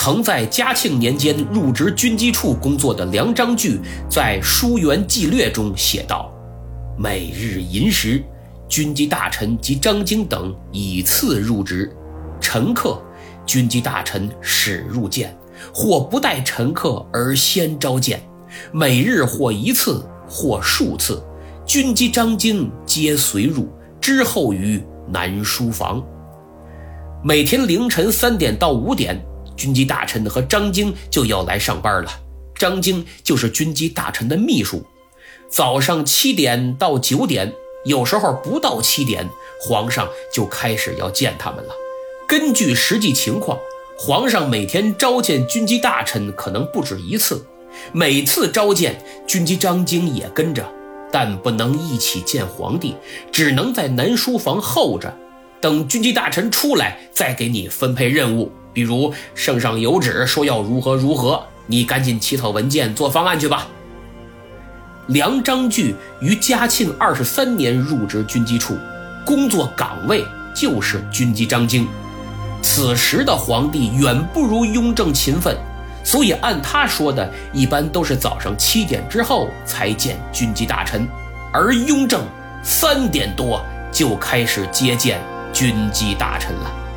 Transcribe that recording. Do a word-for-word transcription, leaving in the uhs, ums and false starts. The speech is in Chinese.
曾在嘉庆年间入职军机处工作的梁章钜在《书园纪略》中写道：每日寅时，军机大臣及张京等以次入职，晨刻，军机大臣始入见，或不待晨刻而先召见，每日或一次或数次，军机张京皆随入，之后于南书房。每天凌晨三点到五点，军机大臣和张京就要来上班了。张京就是军机大臣的秘书。早上七点到九点，有时候不到七点，皇上就开始要见他们了。根据实际情况，皇上每天召见军机大臣可能不止一次，每次召见军机张京也跟着，但不能一起见皇帝，只能在南书房候着，等军机大臣出来再给你分配任务。比如圣上有旨说要如何如何，你赶紧起草文件做方案去吧。梁章钜于嘉庆二十三年入职军机处，工作岗位就是军机张京。此时的皇帝远不如雍正勤奋，所以按他说的，一般都是早上七点之后才见军机大臣，而雍正三点多就开始接见军机大臣了。